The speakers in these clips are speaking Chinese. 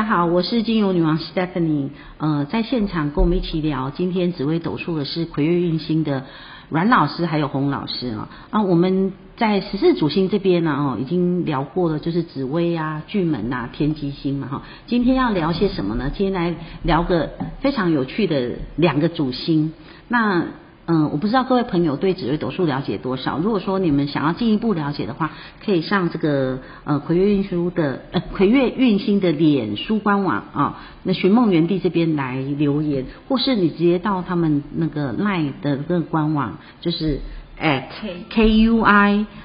好，我是精油女王 Stephanie。在现场跟我们一起聊今天紫微斗数的是魁月运星的阮老师还有洪老师啊。我们在14主星这边呢已经聊过了，就是紫微啊、巨门啊、天机星嘛哈。今天要聊些什么呢？今天来聊个非常有趣的2个主星。那我不知道各位朋友对紫微斗数了解多少。如果说你们想要进一步了解的话，可以上这个魁月运星的脸书官网啊，那寻梦园地这边来留言，或是你直接到他们那个 LINE 的那个官网，就是 @KUIYUE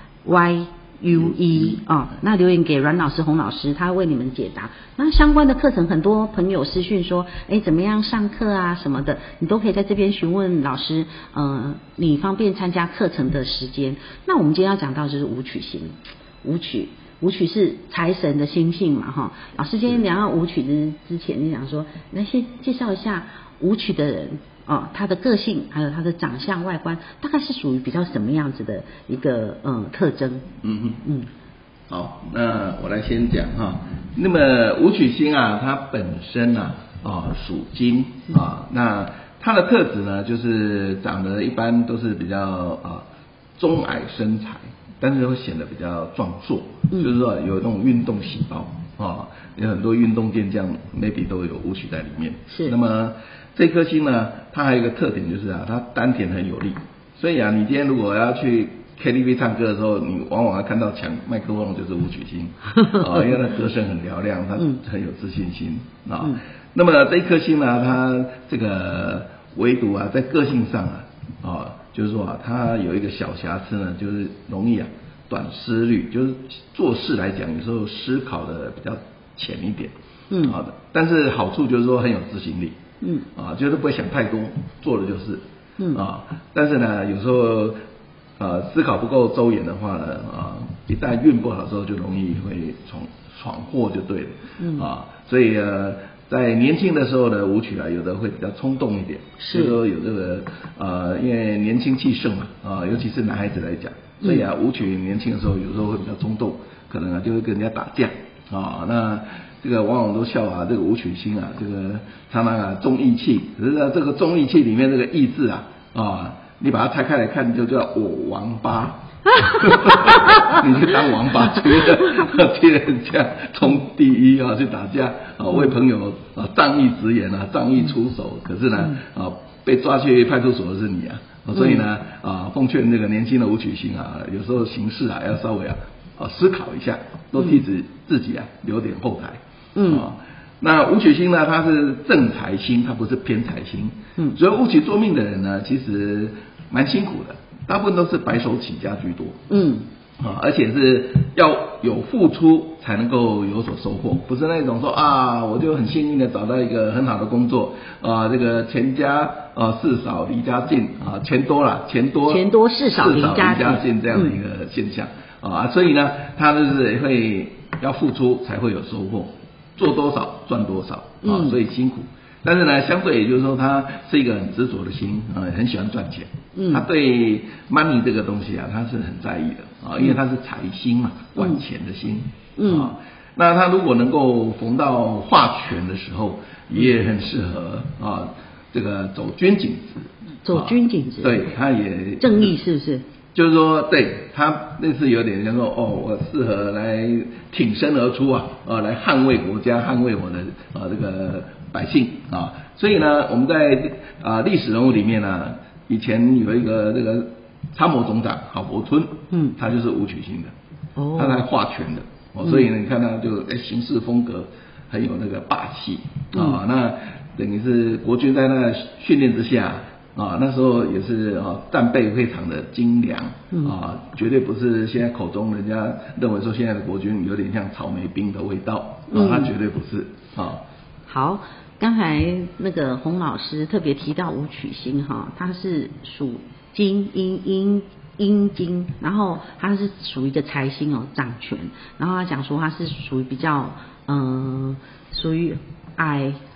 那留言给阮老师、洪老师，他会为你们解答。那相关的课程，很多朋友私讯说，怎么样上课啊什么的，你都可以在这边询问老师，你方便参加课程的时间。那我们今天要讲到就是武曲星，武曲是财神的星性嘛哈。老师今天聊到武曲之前，就想说，来先介绍一下武曲的人。他的个性还有他的长相外观，大概是属于比较什么样子的一个特征？ 好，那我来先讲哈。那么武曲星啊，它本身属金那它的特质呢，就是长得一般都是比较中矮身材，但是会显得比较壮硕，就是说有那种运动细胞有很多运动健将 maybe 都有武曲在里面。 是。 那么这颗星呢，它还有一个特点就是它丹田很有力，所以你今天如果要去 KTV 唱歌的时候，你往往要看到抢麦克风就是武曲星因为它歌声很嘹亮，它很有自信心那么这一颗星呢，它这个唯独在个性上就是说它有一个小瑕疵呢，就是容易短思虑，就是做事来讲有时候思考的比较浅一点但是好处就是说很有执行力就是不会想太多，做的就是但是呢有时候思考不够周延的话呢一旦运不好的时候就容易会闯祸就对了所以在年轻的时候的武曲有的会比较冲动一点，就是说有这个因为年轻气盛嘛尤其是男孩子来讲，所以武曲年轻的时候有时候会比较冲动，可能就会跟人家打架那这个往往都笑这个武曲星这个常常重义气，可是这个重义气里面这个义字你把它拆开来看，就叫我王八你去当王八去人家冲第一去打架为朋友仗义直言仗义出手，可是呢被抓去派出所的是你所以呢奉劝那个年轻的武曲星有时候行事要稍微思考一下，都替自己留点后台那武曲星呢，它是正财星，它不是偏财星所以武曲坐命的人呢，其实蛮辛苦的，大部分都是白手起家居多而且是要有付出才能够有所收获，不是那种说我就很幸运的找到一个很好的工作这个钱家事少离家近钱多事少离家近这样的一个现象所以呢他就是会要付出才会有收获，做多少赚多少所以辛苦，但是呢相对也就是说他是一个很执着的心很喜欢赚钱他对 money 这个东西他是很在意的因为他是财星嘛，管钱的心那他如果能够逢到化权的时候，也很适合这个走军警职对，他也正义是不是？ 就是说对他那次有点像说我适合来挺身而出来捍卫国家，捍卫我的这个百姓所以呢我们在历史人物里面呢，以前有一个这个参谋总长郝柏村他就是武曲星的他来化权的所以呢你看他就行事风格很有那个霸气那等于是国军在那训练之下那时候也是战备非常的精良绝对不是现在口中人家认为说现在的国军有点像草莓兵的味道他绝对不是好，刚才那个洪老师特别提到武曲星它是属金阴金，然后它是属于一个财星掌权，然后他讲说它是属于比较属于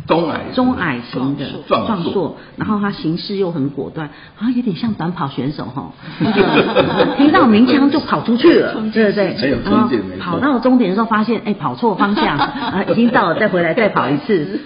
中矮型的壮硕，然后他行事又很果断，好像有点像短跑选手哈，听到鸣枪就跑出去了，对不对？ 很有冲劲， 跑到终点的时候发现，哎，跑错方向啊，已经到了，再回来再跑一次。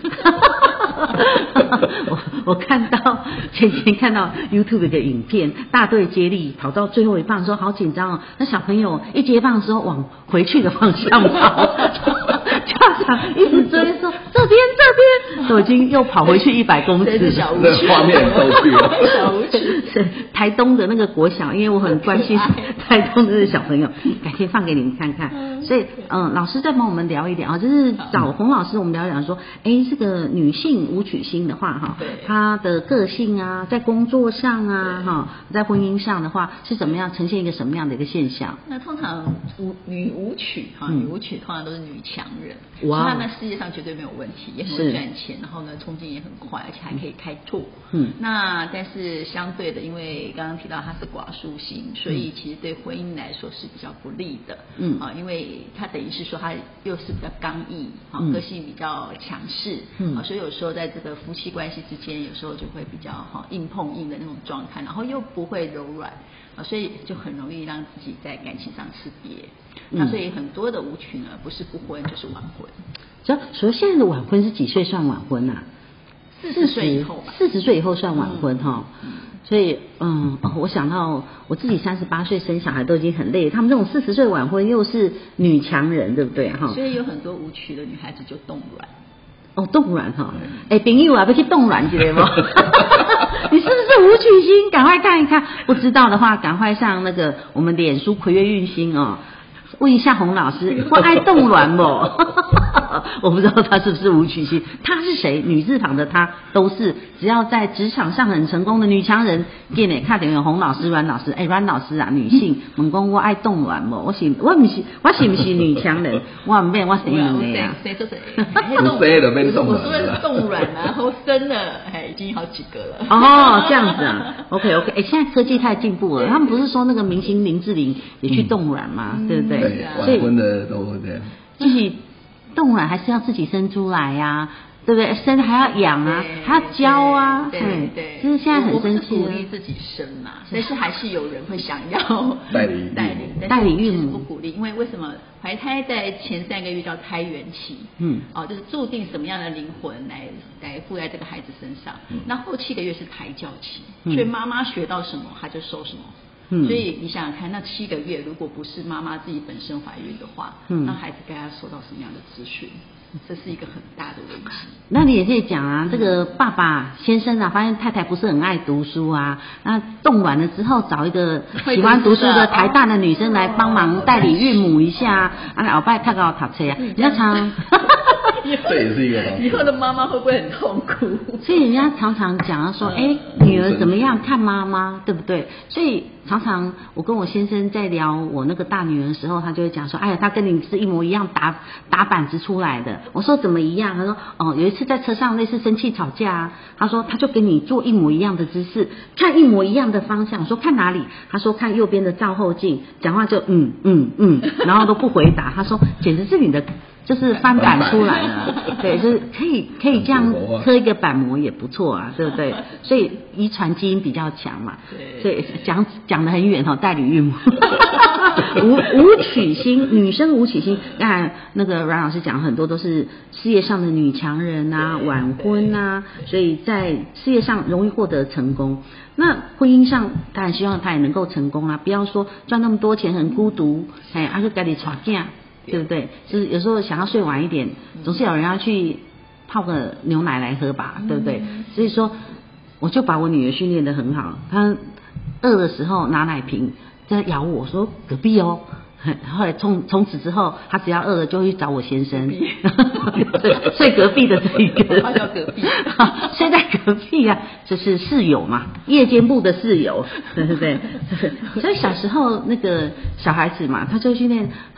我看到前几天看到 YouTube 的影片，大队接力跑到最后一棒的时候好紧张哦，那小朋友一接棒的时候往回去的方向跑，家长一直追说这边，都已经又跑回去100公尺了。 小舞曲，画面很逗趣哦。 小舞曲是台东的那个国小，因为我很关心台东的小朋友，改天放给你们看看。所以老师再帮我们聊一点啊，就是找洪老师我们聊一聊说，哎，这个女性武曲星的话哈，她的个性啊，在工作上啊哈，在婚姻上的话是怎么样呈现一个什么样的一个现象？ 那通常女武曲哈，女武曲通常都是女强人， 哇， 她在事业上绝对没有问题，也很会赚钱，然后呢冲劲也很快，而且还可以开拓。那但是相对的，因为刚刚提到她是寡数星，所以其实对婚姻来说是比较不利的。因为她等于是说她又是比较刚毅，个性比较强势，所以有时候在这个夫妻关系之间，有时候就会比较硬碰硬的那种状态，然后又不会柔软，所以就很容易让自己在感情上吃瘪。那所以很多的舞曲呢，不是不婚就是晚婚。 所以现在的晚婚是几岁算晚婚啊 ？40岁以后吧。 40岁以后算晚婚哈。所以我想到我自己38岁生小孩都已经很累，他们这种40岁晚婚又是女强人，对不对哈？ 所以有很多舞曲的女孩子就冻卵。 冻卵哈，朋友啊，要去冻卵一下吗？你是不是武曲星？赶快看一看，不知道的话，赶快上那个我们脸书葵月运星哦，问一下洪老师，我爱冻卵不？我不知道他是不是武曲星，他是谁？女字旁的他都是，只要在职场上很成功的女强人，见你看点有洪老师、阮老师，阮老师啊，女性，问讲我爱冻卵不？我是不是女强人？我唔免，我是因为啊。 谁说谁？ 谁的变冻卵？ 我说的是冻卵啊，然后生了，已经好几个了。 哦，这样子啊 ，OK， 现在科技太进步了，他们不是说那个明星林志玲也去冻卵吗？对不对？ 对，晚婚的都会这样。 自己冻卵还是要自己生出来呀，对不对？生还要养啊，还要教啊， 对， 就是现在很生气， 鼓励自己生嘛，但是还是有人会想要代理孕母， 不鼓励，因为为什么怀胎在前3个月叫胎元期，就是注定什么样的灵魂来附在这个孩子身上，那后7个月是胎教期，所以妈妈学到什么，她就受什么。所以你想想看，那7个月如果不是妈妈自己本身怀孕的话，那孩子该要受到什么样的资讯？这是一个很大的危机。 那你也可以讲啊，这个爸爸先生啊，发现太太不是很爱读书啊，那冻卵了之后找一个喜欢读书的台大的女生来帮忙代理孕母一下啊，后摆太高读册啊，人家常。 这也是一个以后的妈妈会不会很痛苦？ 所以人家常常讲说，女儿怎么样看妈妈，对不对？所以常常我跟我先生在聊我那个大女儿的时候，他就会讲说，哎呀，她跟你是一模一样打板子出来的。我说怎么一样？他说有一次在车上类似生气吵架啊，他说他就给你做一模一样的姿势，看一模一样的方向。我说看哪里？他说看右边的照后镜，讲话就然后都不回答。他说简直是你的。就是翻版出来了，对，就是可以这样刻一个板模也不错啊，对不对？所以遗传基因比较强嘛，所以讲得很远哦，代理孕母。武曲星，女生武曲星，刚才那个阮老师讲很多都是事业上的女强人啊，晚婚啊，所以在事业上容易获得成功。那婚姻上当然希望她也能够成功啊，不要说赚那么多钱很孤独，就给你吵架。对不对？就是有时候想要睡晚一点，总是有人要去泡个牛奶来喝吧，对不对？所以说，我就把我女儿训练得很好，她饿的时候拿奶瓶在咬我说隔壁哦。后来从此之后，她只要饿了就会去找我先生，睡隔壁的这一个， 他叫隔壁， 睡在隔壁啊，就是室友嘛，夜间部的室友，对不对？所以小时候那个小孩子嘛，他就训练啊。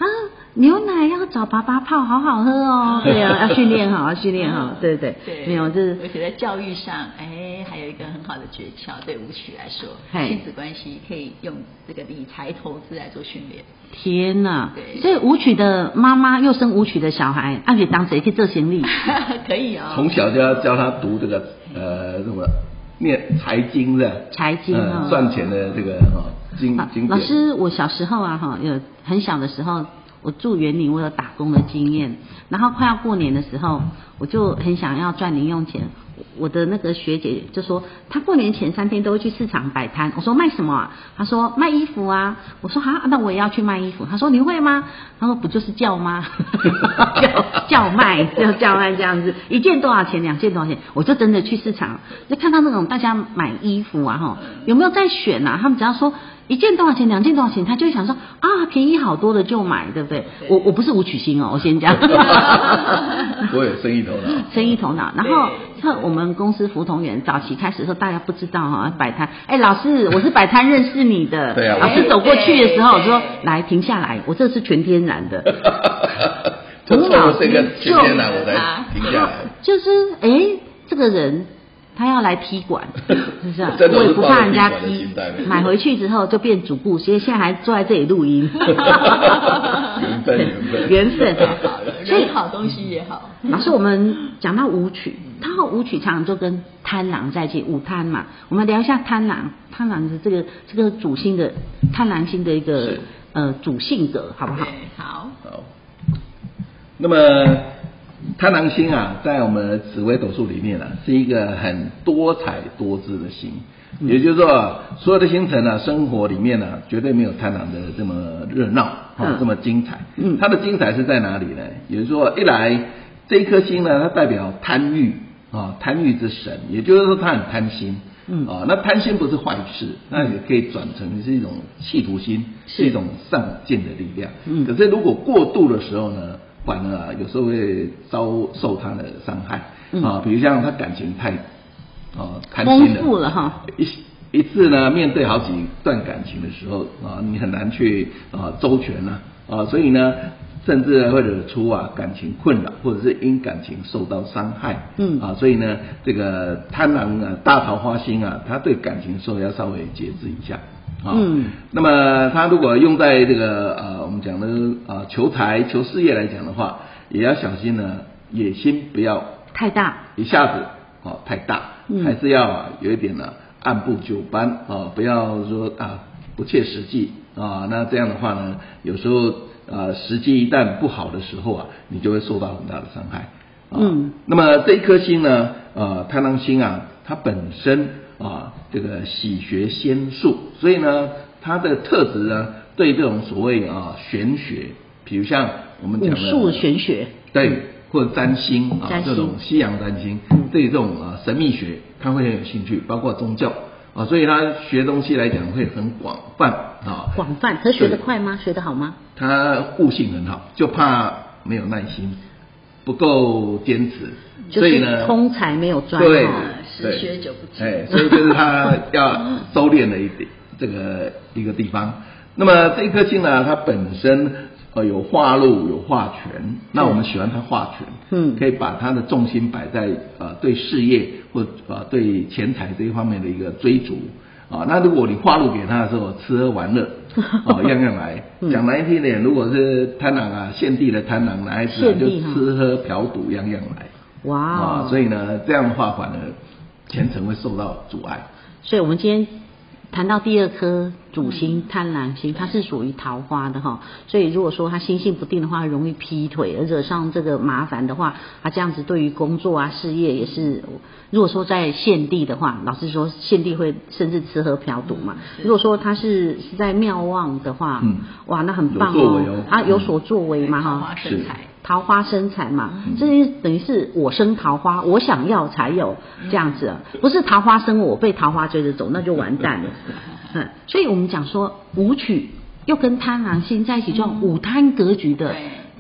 牛奶要找爸爸泡，好好喝哦。对啊，要训练好，要训练好。对对对， 没有，就是而且在教育上，还有一个很好的诀窍，对舞曲来说，亲子关系可以用这个理财投资来做训练。 天哪！ 对， 所以舞曲的妈妈又生舞曲的小孩，按理当谁去做行李？ 可以哦。 从小就要教他读这个什么念财经的， 财经赚钱的这个经典。 老师，我小时候啊有很小的时候，我住园林，我有打工的经验，然后快要过年的时候，我就很想要赚零用钱。我的那个学姐就说，她过年前3天都会去市场摆摊。我说卖什么啊？她说卖衣服啊。我说好，那我也要去卖衣服。她说你会吗？她说不就是叫吗？叫卖这样子，一件多少钱，2件多少钱？我就真的去市场，就看到那种大家买衣服啊，有没有在选啊？他们只要说1件多少钱，2件多少钱，他就会想说啊，便宜好多的就买，对不对？我不是舞曲星哦，我先讲。 我有生意头脑。 生意头脑，然后我们公司福同园早期开始的时候，大家不知道摆摊。老师，我是摆摊认识你的。 对啊。 老师走过去的时候，我说来停下来，我这是全天然的。 就做这个全天然，我才停下来。 就是这个人。他要来踢馆，是不是？ 我也不怕人家踢，买回去之后就变主顾，所以现在还坐在这里录音。缘分， 所以好东西也好。 老师，我们讲到舞曲，舞曲常常就跟贪狼在一起，舞贪嘛。我们聊一下贪狼的这个主星的贪狼星的一个主性格，好不好？ 好。 那么。贪狼星啊，在我们的紫微斗数里面啊，是一个很多彩多姿的星。也就是说，所有的星辰啊，生活里面呢，绝对没有贪狼的这么热闹这么精彩。它的精彩是在哪里呢？也就是说，一来这一颗星呢，它代表贪欲贪欲之神，也就是说，它很贪心。那贪心不是坏事，那也可以转成是一种企图心，是一种上进的力量。可是如果过度的时候呢？反而有时候会受他的伤害比如像他感情太贪心了， 丰富了哈。 一次呢，面对好几段感情的时候你很难去周全所以呢，甚至会惹出感情困扰，或者是因感情受到伤害所以呢，这个贪狼大桃花星他对感情时候要稍微节制一下。那么他如果用在这个我们讲的求财求事业来讲的话，也要小心呢，野心不要太大， 一下子太大，还是要有一点呢按部就班不要说不切实际那这样的话呢，有时候时机一旦不好的时候你就会受到很大的伤害那么这一颗星呢贪狼星它本身这个喜学仙术，所以呢，它的特质呢，对这种所谓玄学，比如像我们讲的武术玄学， 对，或者占星这种西洋占星，对这种神秘学，他会很有兴趣，包括宗教所以他学东西来讲会很广泛广泛，可是学得快吗？学得好吗？ 他悟性很好，就怕没有耐心，不够坚持，所以呢， 通才没有专十学九不精所以就是他要收敛的一个地方。那么这一颗星呢，它本身有化禄有化权，那我们喜欢它化权，可以把它的重心摆在对事业或对钱财这一方面的一个追逐那如果你化禄给他的时候，吃喝玩乐样样来。讲难听点，如果是贪狼献帝的贪狼，男孩子就吃喝嫖赌样样来。 哇所以呢，这样的话反而前程会受到阻碍。 所以我们今天谈到第2颗主星贪狼星，它是属于桃花的所以如果说他心性不定的话，容易劈腿，而惹上这个麻烦的话，他这样子对于工作事业也是，如果说在献帝的话，老实说献帝会甚至吃喝嫖赌嘛。如果说他是在庙旺的话，哇，那很棒他有所作为嘛桃花生财。 桃花生财嘛，这等于是我生桃花，我想要才有这样子不是桃花生我，被桃花追着走，那就完蛋了所以我们讲说舞曲又跟贪狼星在一起，就舞贪格局的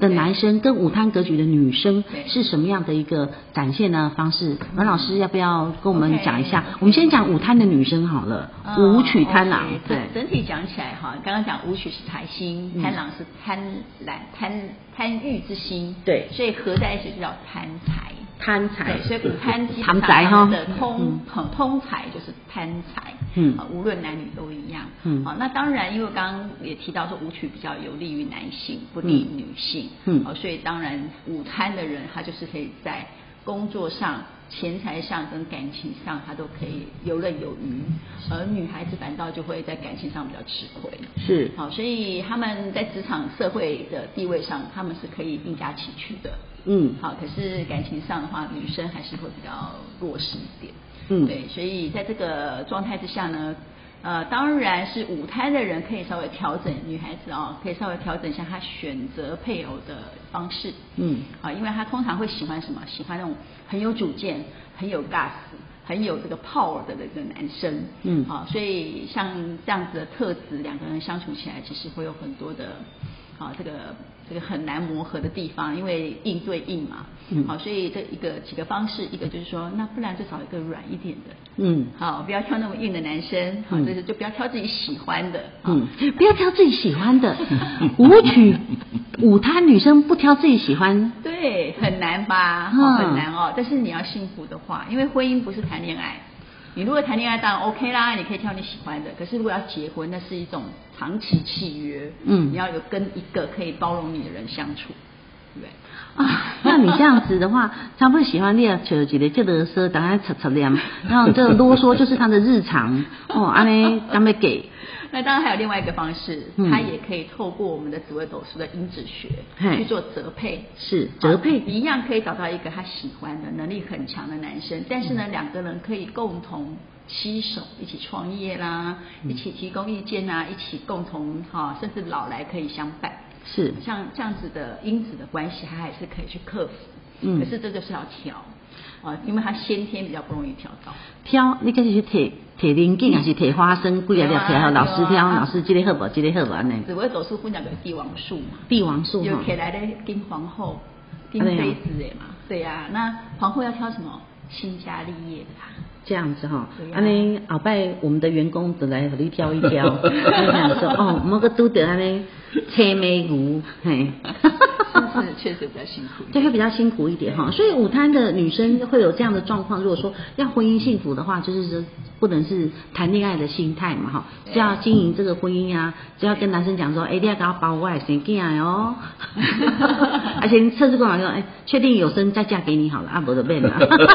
的男生跟午贪格局的女生是什么样的一个展现的方式？阮老师要不要跟我们讲一下？我们先讲午贪的女生好了，武曲贪狼。对， 整体讲起来哈，刚刚讲武曲是财星，贪狼是贪婪、贪欲之心，对，所以合在一起就叫贪财。 贪财， 所以午贪基本上的通财就是贪财，无论男女都一样，那当然，因为刚刚也提到说武曲比较有利于男性，不利于女性，所以当然午贪的人他就是可以在工作上、钱财上跟感情上，他都可以游刃有余，而女孩子反倒就会在感情上比较吃亏，是，好，所以他们在职场社会的地位上，他们是可以并驾齐驱的。好，可是感情上的话，女生还是会比较弱势一点。对，所以在这个状态之下呢，当然是午贪的人可以稍微调整，女孩子可以稍微调整一下她选择配偶的方式。因为她通常会喜欢什么？喜欢那种很有主见、很有 gas、很有这个 power 的这个男生。所以像这样子的特质，两个人相处起来，其实会有很多的。这个很难磨合的地方，因为硬对硬嘛，所以这几个方式，一个就是说，那不然就找一个软一点的，好，不要挑那么硬的男生，好，就不要挑自己喜欢的， 不要挑自己喜欢的，午贪女生不挑自己喜欢， 对，很难吧，很难哦，但是你要幸福的话，因为婚姻不是谈恋爱。你如果谈恋爱当然 OK 啦，你可以挑你喜欢的。可是如果要结婚，那是一种长期契约，你要有跟一个可以包容你的人相处，对不对？ 那你这样子的话，他会喜欢你啊，找一个这个说当然擦念，然后这个啰嗦就是他的日常安尼敢要给。 那当然还有另外一个方式，他也可以透过我们的紫微斗数的因子学去做择配， 是择配一样可以找到一个他喜欢的、能力很强的男生，但是呢，两个人可以共同携手一起创业啦，一起提供意见啊，一起共同甚至老来可以相伴，是像这样子的因子的关系，他还是可以去克服。可是这就是要挑。因为他先天比较不容易挑到。 挑，你开始去摕零件还是摕花生？几个了摕好老师挑，老师这个好不？这个好不安尼？ 紫微斗数分两个帝王术嘛。 帝王术有摕来的金皇后、金妃子的嘛。对啊，那皇后要挑什么？兴家立业的啦。 这样子哈，安尼后摆我们的员工都来和你挑一挑，就想说莫个拄着安尼车美牛，嘿。 是确实比较辛苦， 对，会比较辛苦一点哈。所以午贪的女生会有这样的状况。如果说要婚姻幸福的话，就是说不能是谈恋爱的心态嘛哈，是要经营这个婚姻啊，就要跟男生讲说，你要给我包我的生囝哦，而且测试过来说，确定有生再嫁给你好了，不就变了。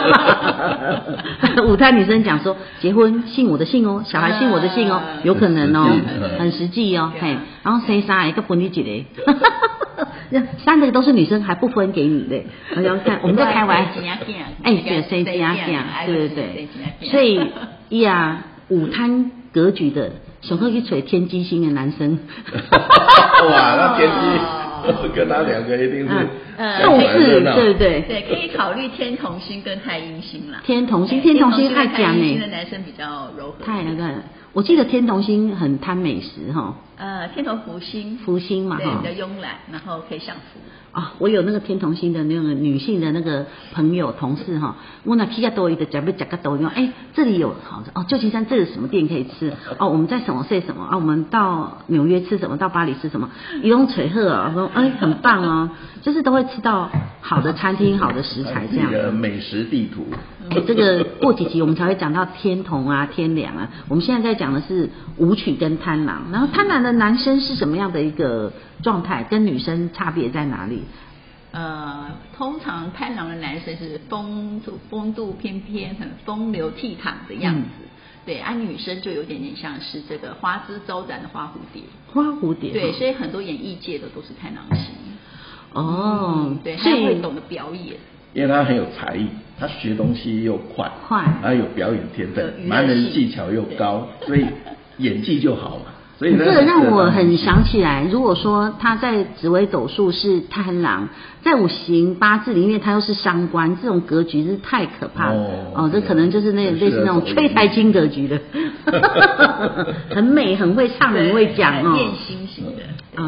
午贪女生讲说，结婚姓我的姓哦，小孩姓我的姓哦，有可能哦，很实际哦，嘿，然后生3个分你一个。3个都是女生，还不分给你的。我想看，我们在开玩笑，对，生几啊囝，对对对。所以午贪格局的，想要去找天机星的男生。 哇，那天机跟他两个一定是斗士，对不对？ 对，可以考虑天同星跟太阴星啦。 天同星太讲太阴星的男生比较柔和， 太那个。我记得天同星很贪美食哈。 天同福星嘛，对，比较慵懒，然后可以享福。 我有那个天同星的那个女性的那个朋友同事哈，我那去个多一的讲个多用，这里有好的旧金山这是什么店可以吃我们在什么吃什么我们到纽约吃什么，到巴黎吃什么，一用垂鹤说很棒哦，就是都会吃到好的餐厅、好的食材这样。 一个美食地图。 这个过几集我们才会讲到天同啊、天梁啊。我们现在在讲的是武曲跟贪狼，然后贪狼的男生是什么样的一个状态，跟女生差别在哪里？ 通常贪狼的男生是风度翩翩、很风流倜傥的样子。对，女生就有点像是这个花枝招展的花蝴蝶。花蝴蝶。 对，所以很多演艺界的都是贪狼星。对，他会懂得表演。 因为他很有才艺，他学东西又快，他有表演天分，蛮人技巧又高，所以演技就好嘛。所以这个让我很想起来，如果说他在紫微斗数是贪狼，在五行八字里面他又是伤官，这种格局是太可怕了。这可能就是类似那种催财经格局的，很美，很会唱，很会讲艳星型的。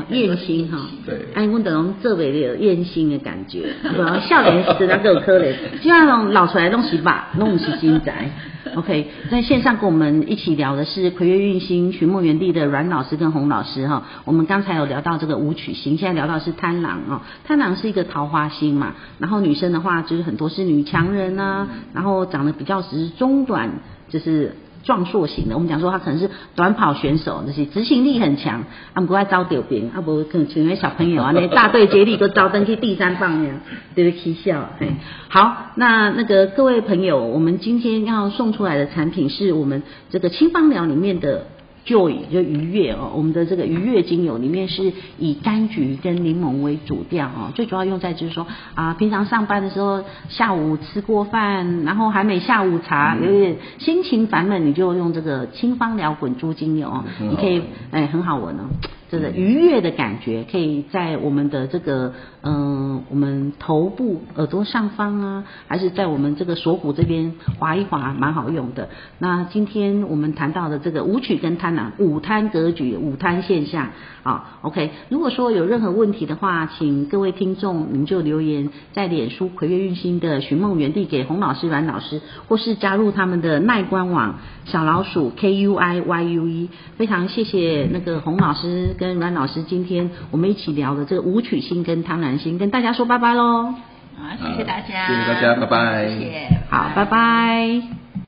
艳星哈， 对， 哎，我等于这边有艳星的感觉，笑脸死那个可怜，基本上老出来弄洗吧，弄不起金宅。OK， 在线上跟我们一起聊的是葵月运星寻梦园地的阮老师跟洪老师哈。我们刚才有聊到这个武曲星，现在聊到是贪狼哦。贪狼是一个桃花星嘛，然后女生的话就是很多是女强人啊，然后长得比较只是中短，就是壮硕型的。我们讲说她可能是短跑选手，就是执行力很强，不过爱招丢兵，不可能成为小朋友啊，那大队接力都招登去第3棒呀，对不对？笑。好，那个各位朋友，我们今天要送出来的产品是我们这个清芳疗里面的Joy， 就愉悦哦，我们的这个愉悦精油里面是以柑橘跟柠檬为主调哦，最主要用在就是说平常上班的时候，下午吃过饭，然后还没下午茶，有点心情烦闷，你就用这个清芳疗滚珠精油哦，你可以很好闻哦。这个愉悦的感觉，可以在我们的这个我们头部耳朵上方啊，还是在我们这个锁骨这边滑一滑，蛮好用的。那今天我们谈到的这个武曲跟贪狼，午贪格局，午贪现象，OK。如果说有任何问题的话，请各位听众你们就留言在脸书葵月运星的寻梦园地给洪老师、阮老师，或是加入他们的赖官网小老鼠 KUIYUE。非常谢谢那个洪老师跟阮老师，今天我们一起聊的这个武曲星跟贪婪星，跟大家说拜拜喽。 好，谢谢大家， 谢谢大家，拜拜。 谢谢， 好，拜拜。